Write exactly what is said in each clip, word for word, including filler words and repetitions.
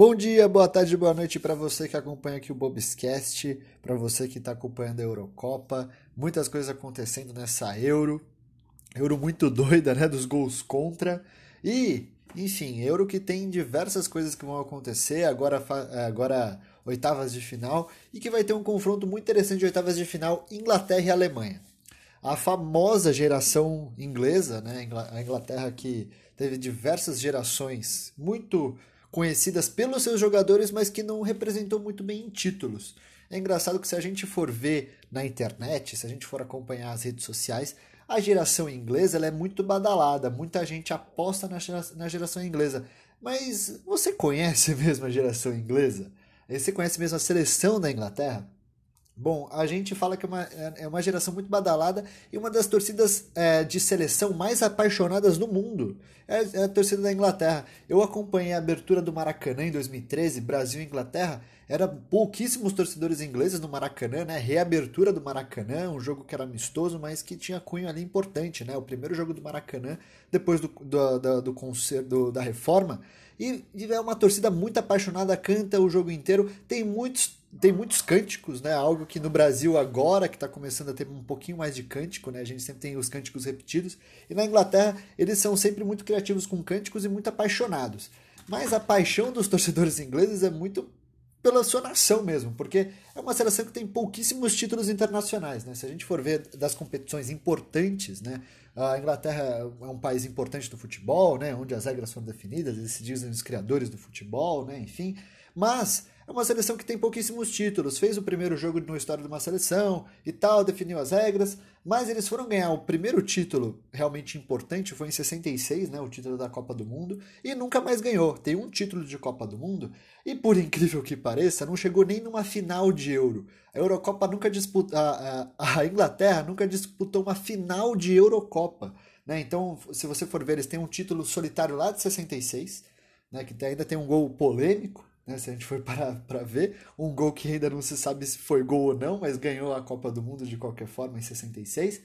Bom dia, boa tarde, boa noite para você que acompanha aqui o Bobscast, para você que está acompanhando a Eurocopa. Muitas coisas acontecendo nessa Euro. Euro muito doida, né? Dos gols contra. E, enfim, Euro que tem diversas coisas que vão acontecer. Agora, agora oitavas de final. E que vai ter um confronto muito interessante de oitavas de final Inglaterra e Alemanha. A famosa geração inglesa, né? A Inglaterra que teve diversas gerações muito conhecidas pelos seus jogadores, mas que não representou muito bem em títulos. É engraçado que se a gente for ver na internet, se a gente for acompanhar as redes sociais, a geração inglesa ela é muito badalada, muita gente aposta na geração, na geração inglesa. Mas você conhece mesmo a geração inglesa? Você conhece mesmo a seleção da Inglaterra? Bom, a gente fala que é uma, é uma geração muito badalada e uma das torcidas é, de seleção mais apaixonadas no mundo é, é a torcida da Inglaterra. Eu acompanhei a abertura do Maracanã em dois mil e treze, Brasil e Inglaterra. Eram pouquíssimos torcedores ingleses no Maracanã, né? Reabertura do Maracanã, um jogo que era amistoso, mas que tinha cunho ali importante, né? O primeiro jogo do Maracanã, depois do, do, do, do concerto, da reforma. E, e é uma torcida muito apaixonada, canta o jogo inteiro. Tem muitos Tem muitos cânticos, né? Algo que no Brasil agora, que está começando a ter um pouquinho mais de cântico, né? A gente sempre tem os cânticos repetidos. E na Inglaterra, eles são sempre muito criativos com cânticos e muito apaixonados. Mas a paixão dos torcedores ingleses é muito pela sua nação mesmo, porque é uma seleção que tem pouquíssimos títulos internacionais, né? Se a gente for ver das competições importantes, né? A Inglaterra é um país importante do futebol, né? Onde as regras foram definidas, eles se dizem os criadores do futebol, né? Enfim, mas é uma seleção que tem pouquíssimos títulos, fez o primeiro jogo na história de uma seleção e tal, definiu as regras, mas eles foram ganhar o primeiro título realmente importante, foi em sessenta e seis, né, o título da Copa do Mundo, e nunca mais ganhou. Tem um título de Copa do Mundo e, por incrível que pareça, não chegou nem numa final de Euro. A Eurocopa nunca disputou, a, a, a Inglaterra nunca disputou uma final de Eurocopa, né? Então, se você for ver, eles têm um título solitário lá de sessenta e seis, né, que ainda tem um gol polêmico, né, se a gente for parar para ver, um gol que ainda não se sabe se foi gol ou não, mas ganhou a Copa do Mundo de qualquer forma em sessenta e seis.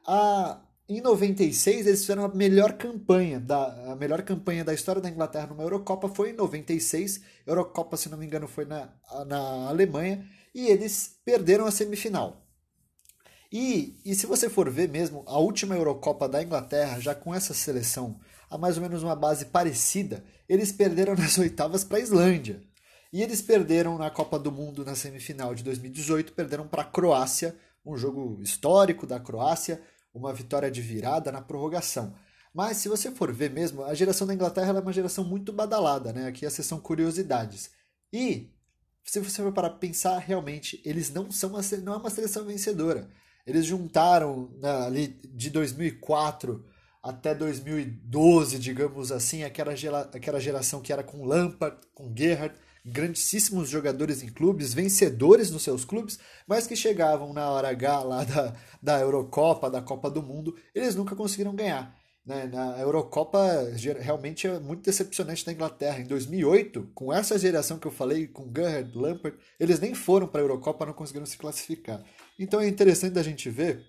A, em noventa e seis eles fizeram a melhor campanha da, a melhor campanha da história da Inglaterra numa Eurocopa foi em noventa e seis. A Eurocopa, se não me engano, foi na, na Alemanha e eles perderam a semifinal. E, e se você for ver mesmo, a última Eurocopa da Inglaterra, já com essa seleção a mais ou menos uma base parecida, eles perderam nas oitavas para a Islândia. E eles perderam na Copa do Mundo na semifinal de dois mil e dezoito, perderam para a Croácia, um jogo histórico da Croácia, uma vitória de virada na prorrogação. Mas se você for ver mesmo, a geração da Inglaterra é uma geração muito badalada, né? Aqui a seção curiosidades. E se você for para pensar, realmente, eles não são uma, não é uma seleção vencedora. Eles juntaram ali de dois mil e quatro até dois mil e doze, digamos assim, aquela, gera, aquela geração que era com Lampard, com Gerrard, grandíssimos jogadores em clubes, vencedores nos seus clubes, mas que chegavam na hora H lá da, da Eurocopa, da Copa do Mundo, eles nunca conseguiram ganhar. Né? Na Eurocopa realmente é muito decepcionante da Inglaterra. Em dois mil e oito, com essa geração que eu falei, com Gerrard, Lampard, eles nem foram para a Eurocopa, não conseguiram se classificar. Então é interessante a gente ver,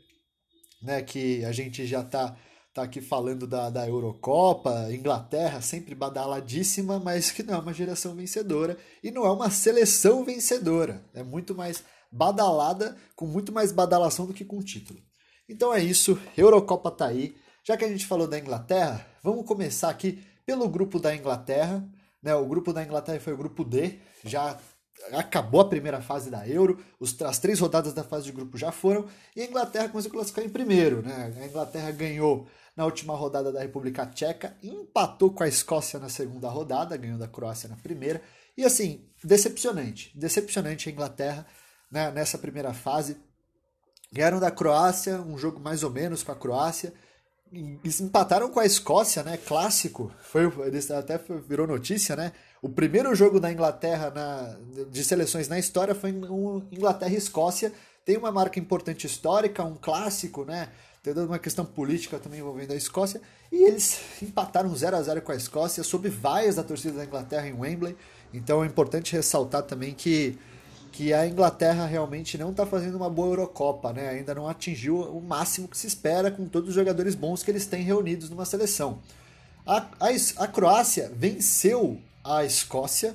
né, que a gente já está tá aqui falando da, da Eurocopa, Inglaterra sempre badaladíssima, mas que não é uma geração vencedora e não é uma seleção vencedora. É muito mais badalada, com muito mais badalação do que com título. Então é isso, Eurocopa tá aí. Já que a gente falou da Inglaterra, vamos começar aqui pelo grupo da Inglaterra. Né? O grupo da Inglaterra foi o grupo D, já acabou a primeira fase da Euro, os, as três rodadas da fase de grupo já foram, e a Inglaterra conseguiu classificar em primeiro. Né? A Inglaterra ganhou na última rodada da República Tcheca, empatou com a Escócia na segunda rodada, ganhou da Croácia na primeira, e assim, decepcionante, decepcionante a Inglaterra, né, nessa primeira fase. Ganharam da Croácia, um jogo mais ou menos com a Croácia, eles empataram com a Escócia, né? Clássico. Foi, eles até virou notícia, né? O primeiro jogo da Inglaterra na, de seleções na história foi um Inglaterra e Escócia. Tem uma marca importante histórica, um clássico, né? Tem toda uma questão política também envolvendo a Escócia. E eles empataram zero a zero com a Escócia, sob vaias da torcida da Inglaterra em Wembley. Então é importante ressaltar também que que a Inglaterra realmente não está fazendo uma boa Eurocopa, né? Ainda não atingiu o máximo que se espera com todos os jogadores bons que eles têm reunidos numa seleção. A, a, a Croácia venceu a Escócia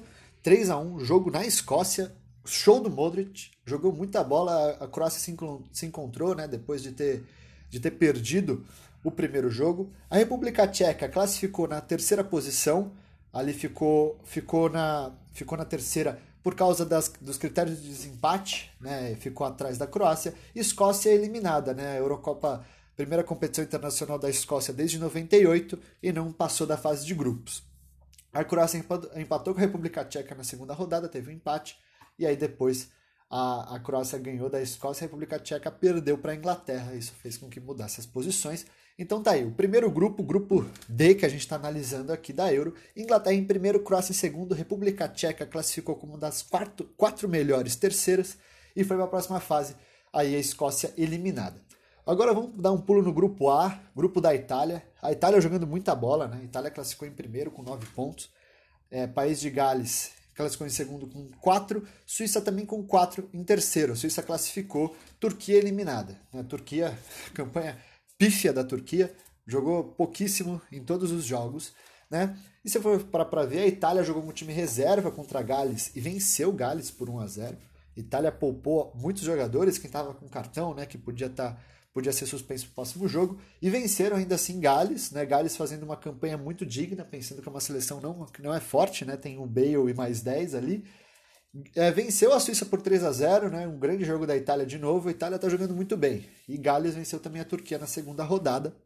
três a um, jogo na Escócia, show do Modric, jogou muita bola, a Croácia se, se encontrou, né, depois de ter, de ter perdido o primeiro jogo. A República Tcheca classificou na terceira posição, ali ficou, ficou, na, ficou na terceira por causa das, dos critérios de desempate, né, ficou atrás da Croácia. Escócia eliminada, né, a Eurocopa, primeira competição internacional da Escócia desde noventa e oito e não passou da fase de grupos. A Croácia empatou com a República Tcheca na segunda rodada, teve um empate, e aí depois a, a Croácia ganhou da Escócia, a República Tcheca perdeu para a Inglaterra, isso fez com que mudasse as posições. Então tá aí, o primeiro grupo, o grupo D, que a gente está analisando aqui da Euro, Inglaterra em primeiro, Croácia em segundo, República Tcheca classificou como uma das quatro, quatro melhores terceiras e foi para a próxima fase, aí a Escócia eliminada. Agora vamos dar um pulo no grupo A, grupo da Itália. A Itália jogando muita bola, né? A Itália classificou em primeiro com nove pontos, é, País de Gales classificou em segundo com quatro, Suíça também com quatro em terceiro, a Suíça classificou, Turquia eliminada. A Turquia, campanha pífia da Turquia, jogou pouquíssimo em todos os jogos, né? E se for para ver, a Itália jogou com um time reserva contra Gales e venceu Gales por um a zero. A Itália poupou muitos jogadores, quem estava com cartão, né, que podia, tá, podia ser suspenso para o próximo jogo, e venceram ainda assim Gales, né? Gales fazendo uma campanha muito digna, pensando que é uma seleção não, que não é forte, né? Tem o Bale e mais dez ali. É, venceu a Suíça por três a zero, né? Um grande jogo da Itália de novo. A Itália está jogando muito bem. E Gales venceu também a Turquia na segunda rodada.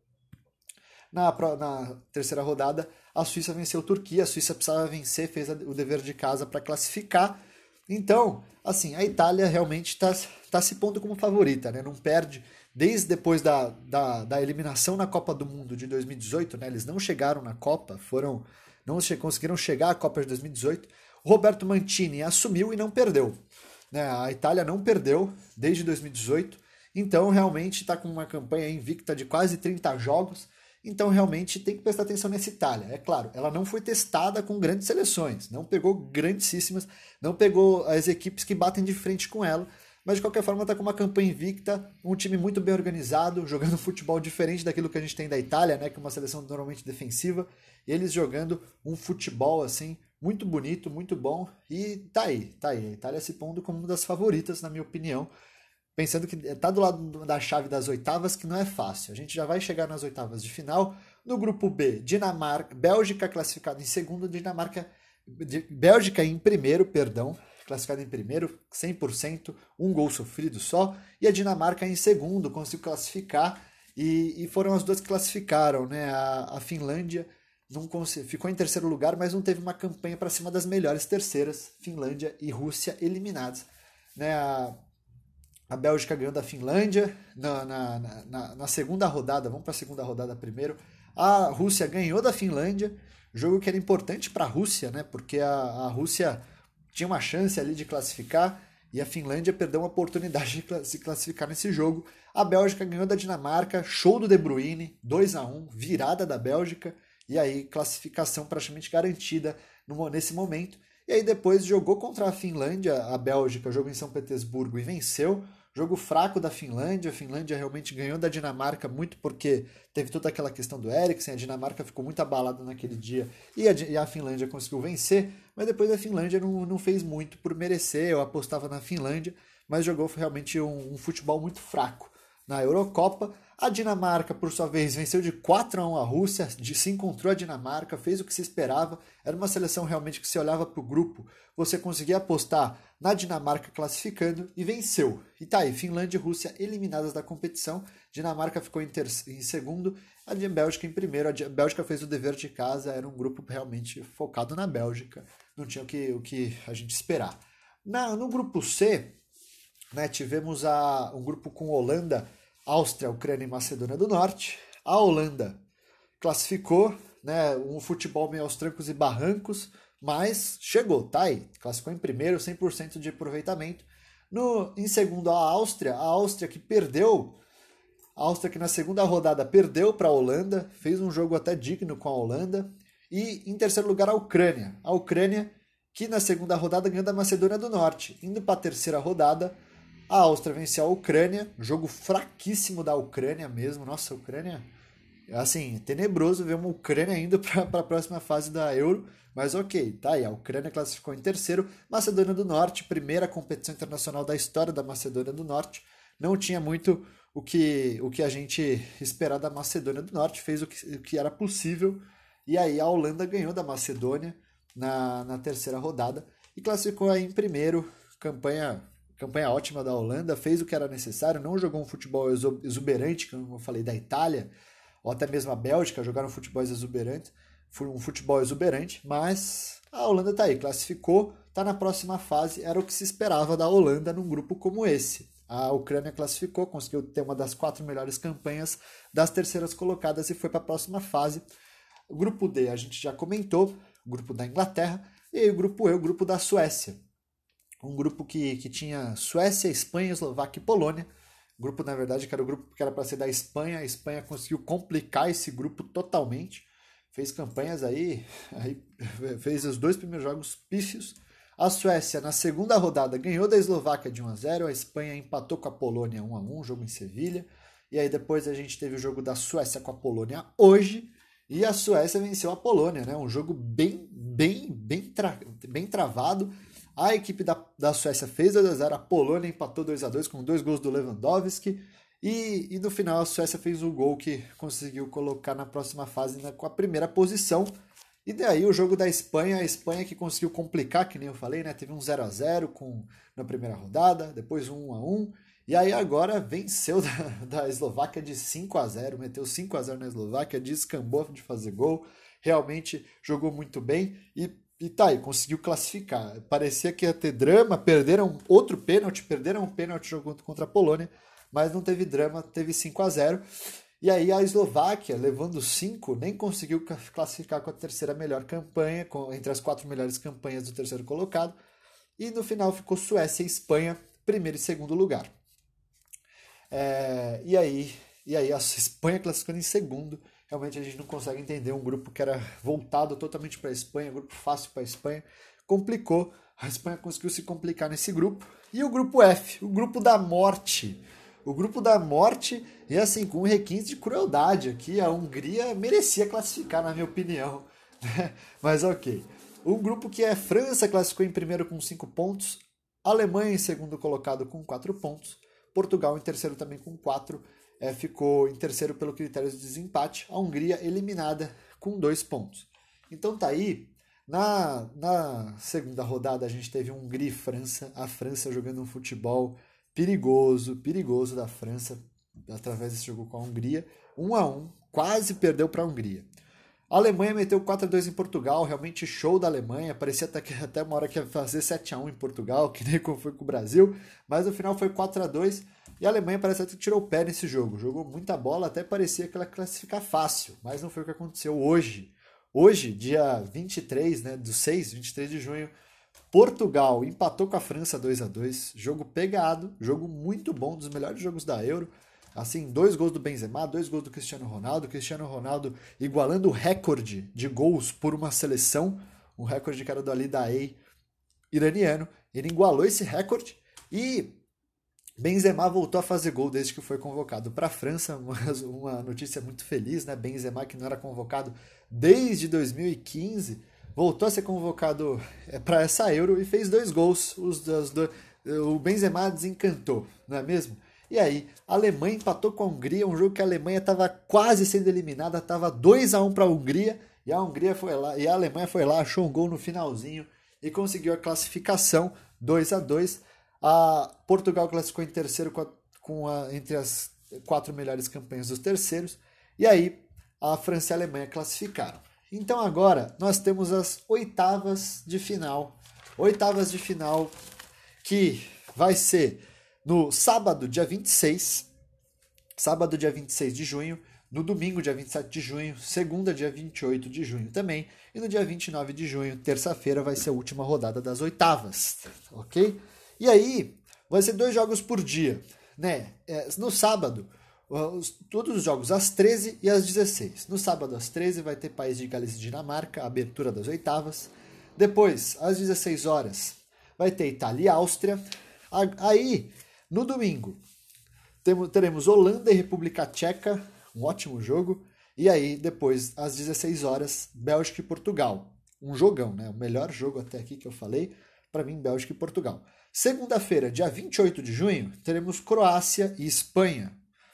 Na, na terceira rodada, a Suíça venceu a Turquia. A Suíça precisava vencer, fez o dever de casa para classificar. Então, assim, a Itália realmente está tá se pondo como favorita, né? Não perde desde depois da, da, da eliminação na Copa do Mundo de dois mil e dezoito, né? Eles não chegaram na Copa, foram, não che- conseguiram chegar à Copa de dois mil e dezoito. O Roberto Mancini assumiu e não perdeu, né? A Itália não perdeu desde dois mil e dezoito, então realmente está com uma campanha invicta de quase trinta jogos, então realmente tem que prestar atenção nessa Itália. É claro, ela não foi testada com grandes seleções, não pegou grandíssimas, não pegou as equipes que batem de frente com ela, mas de qualquer forma está com uma campanha invicta, um time muito bem organizado, jogando futebol diferente daquilo que a gente tem da Itália, né? Que é uma seleção normalmente defensiva, e eles jogando um futebol assim muito bonito, muito bom, e tá aí, tá aí. A Itália se pondo como uma das favoritas, na minha opinião, pensando que tá do lado da chave das oitavas, que não é fácil. A gente já vai chegar nas oitavas de final. No grupo B, Dinamarca, Bélgica classificada em segundo, Dinamarca, Bélgica em primeiro, perdão, classificada em primeiro, cem por cento, um gol sofrido só, e a Dinamarca em segundo, conseguiu classificar, e, e foram as duas que classificaram, né? A, a Finlândia não consegui, ficou em terceiro lugar, mas não teve uma campanha para cima das melhores terceiras, Finlândia e Rússia eliminadas, né? A, a Bélgica ganhou da Finlândia na, na, na, na segunda rodada, vamos para a segunda rodada primeiro, a Rússia ganhou da Finlândia, jogo que era importante para a Rússia, né? Porque a, a Rússia tinha uma chance ali de classificar e a Finlândia perdeu uma oportunidade de se classificar nesse jogo. A Bélgica ganhou da Dinamarca, show do De Bruyne, dois a um, virada da Bélgica, e aí classificação praticamente garantida nesse momento. E aí depois jogou contra a Finlândia, a Bélgica jogou em São Petersburgo e venceu. Jogo fraco da Finlândia, a Finlândia realmente ganhou da Dinamarca muito porque teve toda aquela questão do Eriksen, a Dinamarca ficou muito abalada naquele dia e a, e a Finlândia conseguiu vencer, mas depois a Finlândia não, não fez muito por merecer, eu apostava na Finlândia, mas jogou realmente um, um futebol muito fraco. Na Eurocopa, a Dinamarca, por sua vez, venceu de quatro a um a Rússia, de, se encontrou a Dinamarca, fez o que se esperava, era uma seleção realmente que se olhava para o grupo, você conseguia apostar na Dinamarca classificando e venceu. E tá aí, Finlândia e Rússia eliminadas da competição, Dinamarca ficou em, ter, em segundo, a Bélgica em primeiro, a Bélgica fez o dever de casa, era um grupo realmente focado na Bélgica, não tinha o que, o que a gente esperar. Na, no grupo C, né, tivemos a, um grupo com Holanda, Áustria, Ucrânia e Macedônia do Norte. A Holanda classificou, né, um futebol meio aos trancos e barrancos, mas chegou, tá aí. Classificou em primeiro, cem por cento de aproveitamento. No, em segundo, a Áustria. A Áustria que perdeu, a Áustria que na segunda rodada perdeu para a Holanda, fez um jogo até digno com a Holanda. E em terceiro lugar, a Ucrânia. A Ucrânia que na segunda rodada ganhou da Macedônia do Norte. Indo para a terceira rodada, a Áustria venceu a Ucrânia, jogo fraquíssimo da Ucrânia mesmo. Nossa, a Ucrânia, Assim, tenebroso ver uma Ucrânia indo para a próxima fase da Euro, mas ok, tá aí, a Ucrânia classificou em terceiro, Macedônia do Norte, primeira competição internacional da história da Macedônia do Norte, não tinha muito o que, o que a gente esperar da Macedônia do Norte, fez o que, o que era possível, e aí a Holanda ganhou da Macedônia na, na terceira rodada, e classificou aí em primeiro, campanha, campanha ótima da Holanda, fez o que era necessário, não jogou um futebol exuberante, como eu falei, da Itália, ou até mesmo a Bélgica, jogaram futebol exuberante, um futebol exuberante, mas a Holanda está aí, classificou, está na próxima fase, era o que se esperava da Holanda num grupo como esse. A Ucrânia classificou, conseguiu ter uma das quatro melhores campanhas das terceiras colocadas e foi para a próxima fase. O grupo D a gente já comentou, o grupo da Inglaterra, e aí o grupo E, o grupo da Suécia. Um grupo que, que tinha Suécia, Espanha, Eslováquia e Polônia. O grupo, na verdade, que era o grupo que era para ser da Espanha. A Espanha conseguiu complicar esse grupo totalmente. Fez campanhas aí, aí fez os dois primeiros jogos pífios. A Suécia, na segunda rodada, ganhou da Eslováquia de um a zero. A Espanha empatou com a Polônia um a um, jogo em Sevilha. E aí depois a gente teve o jogo da Suécia com a Polônia hoje. E a Suécia venceu a Polônia, né? Um jogo bem, bem, bem, tra... bem travado. A equipe da, da Suécia fez dois a zero, a Polônia empatou dois a dois com dois gols do Lewandowski. E, e no final a Suécia fez um gol que conseguiu colocar na próxima fase na, com a primeira posição. E daí o jogo da Espanha, a Espanha que conseguiu complicar, que nem eu falei, né? Teve um zero a zero com, na primeira rodada, depois um a um. E aí agora venceu da, da Eslováquia de cinco a zero, meteu cinco a zero na Eslováquia, descambou de fazer gol, realmente jogou muito bem e, e tá aí, conseguiu classificar. Parecia que ia ter drama, perderam outro pênalti, perderam um pênalti jogando contra a Polônia, mas não teve drama, teve cinco a zero. E aí a Eslováquia, levando cinco, nem conseguiu classificar com a terceira melhor campanha, com, entre as quatro melhores campanhas do terceiro colocado. E no final ficou Suécia e Espanha, primeiro e segundo lugar. É, e, aí, e aí a Espanha classificando em segundo. Realmente a gente não consegue entender um grupo que era voltado totalmente para a Espanha, grupo fácil para a Espanha. Complicou, a Espanha conseguiu se complicar nesse grupo. E o grupo F, o grupo da morte. O grupo da morte, e assim, com um requinte de crueldade aqui, a Hungria merecia classificar, na minha opinião. Mas ok. O grupo que é França classificou em primeiro com cinco pontos, Alemanha em segundo colocado com quatro pontos, Portugal em terceiro também com quatro, é, ficou em terceiro pelo critério de desempate, a Hungria eliminada com dois pontos. Então tá aí, na, na segunda rodada a gente teve Hungria e França, a França jogando um futebol perigoso, perigoso da França, através desse jogo com a Hungria, um a um, quase perdeu para a Hungria. A Alemanha meteu quatro a dois em Portugal, realmente show da Alemanha, parecia até, que, até uma hora que ia fazer sete a um em Portugal, que nem como foi com o Brasil, mas no final foi quatro a dois e a Alemanha parece até que tirou o pé nesse jogo, jogou muita bola, até parecia que ela ia classificar fácil, mas não foi o que aconteceu hoje. Hoje, dia vinte e três, né, do seis, vinte e três de junho, Portugal empatou com a França dois a dois, jogo pegado, jogo muito bom, dos melhores jogos da Euro. Assim, dois gols do Benzema, dois gols do Cristiano Ronaldo, Cristiano Ronaldo igualando o recorde de gols por uma seleção, um recorde que era do Ali Daei iraniano, ele igualou esse recorde e Benzema voltou a fazer gol desde que foi convocado para a França, uma notícia muito feliz, né? Benzema, que não era convocado desde dois mil e quinze, voltou a ser convocado para essa Euro e fez dois gols. Os, os, do, o Benzema desencantou, não é mesmo? E aí, a Alemanha empatou com a Hungria, um jogo que a Alemanha estava quase sendo eliminada, estava dois a um para a Hungria, e a Hungria foi lá, e a Alemanha foi lá, achou um gol no finalzinho e conseguiu a classificação dois a dois. A Portugal classificou em terceiro com a, com a, entre as quatro melhores campanhas dos terceiros, e aí a França e a Alemanha classificaram. Então agora nós temos as oitavas de final. Oitavas de final que vai ser no sábado, dia vinte e seis. Sábado, dia vinte e seis de junho. No domingo, dia vinte e sete de junho. Segunda, dia vinte e oito de junho também. E no dia vinte e nove de junho, terça-feira, vai ser a última rodada das oitavas. Ok? E aí, vai ser dois jogos por dia. Né? É, no sábado, Os, todos os jogos às treze e às dezesseis. No sábado às treze vai ter País de Gales e Dinamarca, a abertura das oitavas. Depois, às dezesseis horas, vai ter Itália e Áustria. Aí, no domingo, temos, teremos Holanda e República Tcheca, um ótimo jogo. E aí, depois, às dezesseis horas, Bélgica e Portugal. Um jogão, né? O melhor jogo até aqui que eu falei, para mim, Bélgica e Portugal. Segunda-feira, dia vinte e oito de junho, teremos Croácia e Espanha.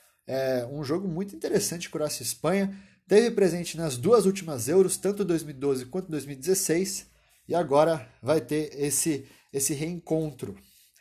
É um jogo muito interessante, Croácia e Espanha. Teve presente nas duas últimas Euros, tanto dois mil e doze quanto dois mil e dezesseis. E agora vai ter esse, esse reencontro.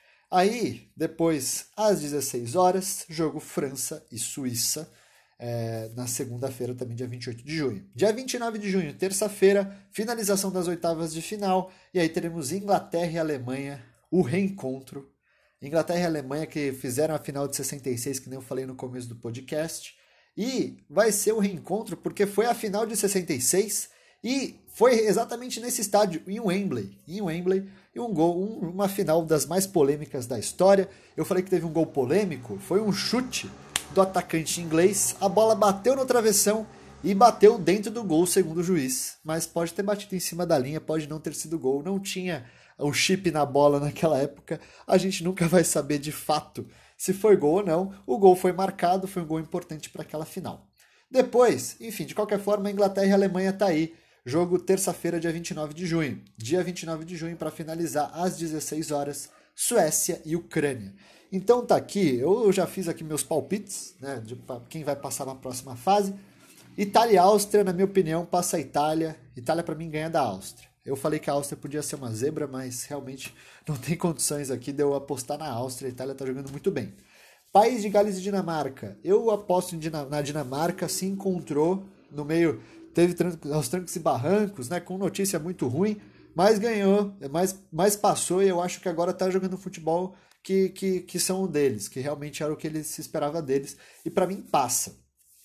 Aí, depois, às dezesseis horas, jogo França e Suíça. É, na segunda-feira, também dia vinte e oito de junho. Dia vinte e nove de junho, terça-feira, finalização das oitavas de final, e aí teremos Inglaterra e Alemanha, o reencontro. Inglaterra e Alemanha que fizeram a final de sessenta e seis, que nem eu falei no começo do podcast, e vai ser o reencontro porque foi a final de sessenta e seis e foi exatamente nesse estádio, em Wembley, em Wembley, e um gol, um, uma final das mais polêmicas da história. Eu falei que teve um gol polêmico, foi um chute do atacante inglês, a bola bateu no travessão e bateu dentro do gol, segundo o juiz, mas pode ter batido em cima da linha, pode não ter sido gol, não tinha o chip na bola naquela época, a gente nunca vai saber de fato se foi gol ou não. O gol foi marcado, foi um gol importante para aquela final. Depois, enfim, de qualquer forma, a Inglaterra e a Alemanha tá aí, jogo terça-feira, dia vinte e nove de junho. Dia vinte e nove de junho, para finalizar, às dezesseis horas, Suécia e Ucrânia. Então tá aqui, eu já fiz aqui meus palpites, né, de quem vai passar na próxima fase. Itália e Áustria, na minha opinião, passa a Itália. Itália para mim ganha da Áustria. Eu falei que a Áustria podia ser uma zebra, mas realmente não tem condições aqui de eu apostar na Áustria. A Itália está jogando muito bem. País de Gales e Dinamarca. Eu aposto na Dinamarca, se encontrou no meio, teve aos trancos e barrancos, né, com notícia muito ruim, mas ganhou, mas, mas passou, e eu acho que agora está jogando futebol que, que, que são deles, que realmente era o que ele se esperava deles, e para mim passa.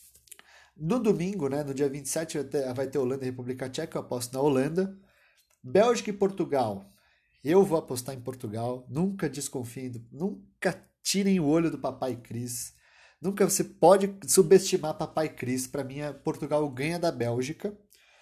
No domingo, né, no dia vinte e sete, vai ter, vai ter Holanda e República Tcheca, eu aposto na Holanda. Bélgica e Portugal. Eu vou apostar em Portugal. Nunca desconfiem, nunca tirem o olho do Papai Cris. Nunca você pode subestimar Papai Cris. Para mim, Portugal ganha da Bélgica.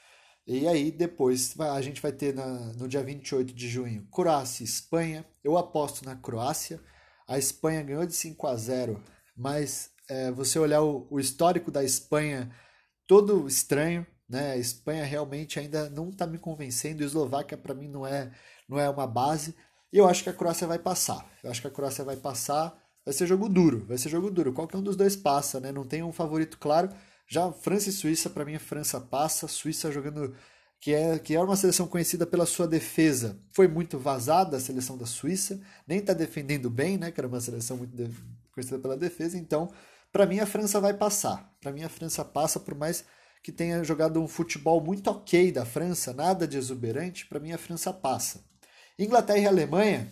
E aí, depois, a gente vai ter na, no dia vinte e oito de junho, Croácia e Espanha. Eu aposto na Croácia. A Espanha ganhou de cinco a zero, mas é, você olhar o, o histórico da Espanha, todo estranho, né? A Espanha realmente ainda não está me convencendo. A Eslováquia, para mim, não é, não é uma base. E eu acho que a Croácia vai passar. Eu acho que a Croácia vai passar. Vai ser jogo duro. Vai ser jogo duro. Qualquer um dos dois passa, né? Não tem um favorito claro. Já França e Suíça, para mim, a França passa. A Suíça jogando... Que é, que é uma seleção conhecida pela sua defesa. Foi muito vazada a seleção da Suíça. Nem está defendendo bem, né? Que era uma seleção muito de... conhecida pela defesa. Então, para mim, a França vai passar. Para mim, a França passa, por mais que tenha jogado um futebol muito ok da França, nada de exuberante, para mim a França passa. Inglaterra e Alemanha,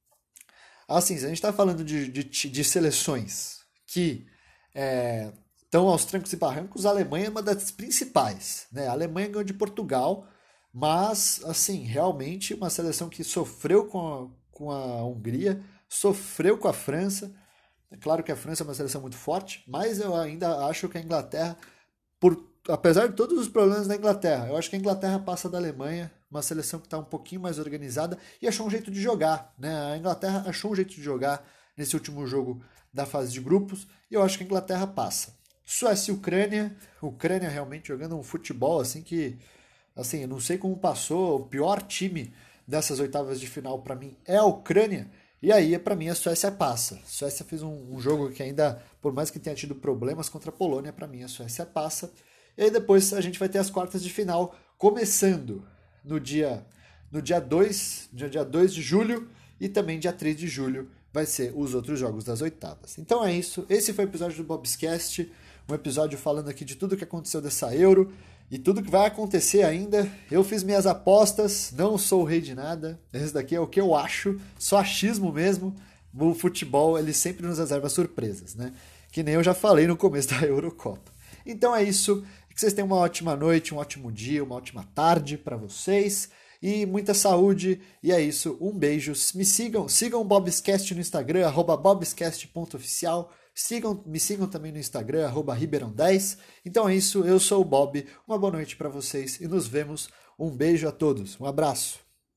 assim, se a gente está falando de, de, de seleções que é, estão aos trancos e barrancos, a Alemanha é uma das principais, né? A Alemanha ganhou de Portugal, mas, assim, realmente uma seleção que sofreu com a, com a Hungria, sofreu com a França. É claro que a França é uma seleção muito forte, mas eu ainda acho que a Inglaterra, por apesar de todos os problemas da Inglaterra, eu acho que a Inglaterra passa da Alemanha, uma seleção que está um pouquinho mais organizada e achou um jeito de jogar, né? A Inglaterra achou um jeito de jogar nesse último jogo da fase de grupos e eu acho que a Inglaterra passa. Suécia e Ucrânia, Ucrânia realmente jogando um futebol assim que, assim, eu não sei como passou, o pior time dessas oitavas de final para mim é a Ucrânia. E aí, para mim, a Suécia passa. A Suécia fez um, um jogo que ainda, por mais que tenha tido problemas contra a Polônia, para mim a Suécia passa. E aí depois a gente vai ter as quartas de final, começando no dia, no dia dois, no dia dois de julho, e também dia três de julho vai ser os outros jogos das oitavas. Então é isso, esse foi o episódio do Bobscast, um episódio falando aqui de tudo que aconteceu dessa Euro e tudo que vai acontecer ainda. Eu fiz minhas apostas, não sou o rei de nada, esse daqui é o que eu acho, só achismo mesmo. O futebol, ele sempre nos reserva surpresas, né? Que nem eu já falei no começo da Eurocopa. Então é isso, que vocês tenham uma ótima noite, um ótimo dia, uma ótima tarde para vocês e muita saúde. E é isso, um beijo. Me sigam, sigam o Bobscast no Instagram, arroba bobscast ponto oficial. Sigam, me sigam também no Instagram, arroba ribeirão dez. Então é isso, eu sou o Bob, uma boa noite para vocês e nos vemos. Um beijo a todos, um abraço.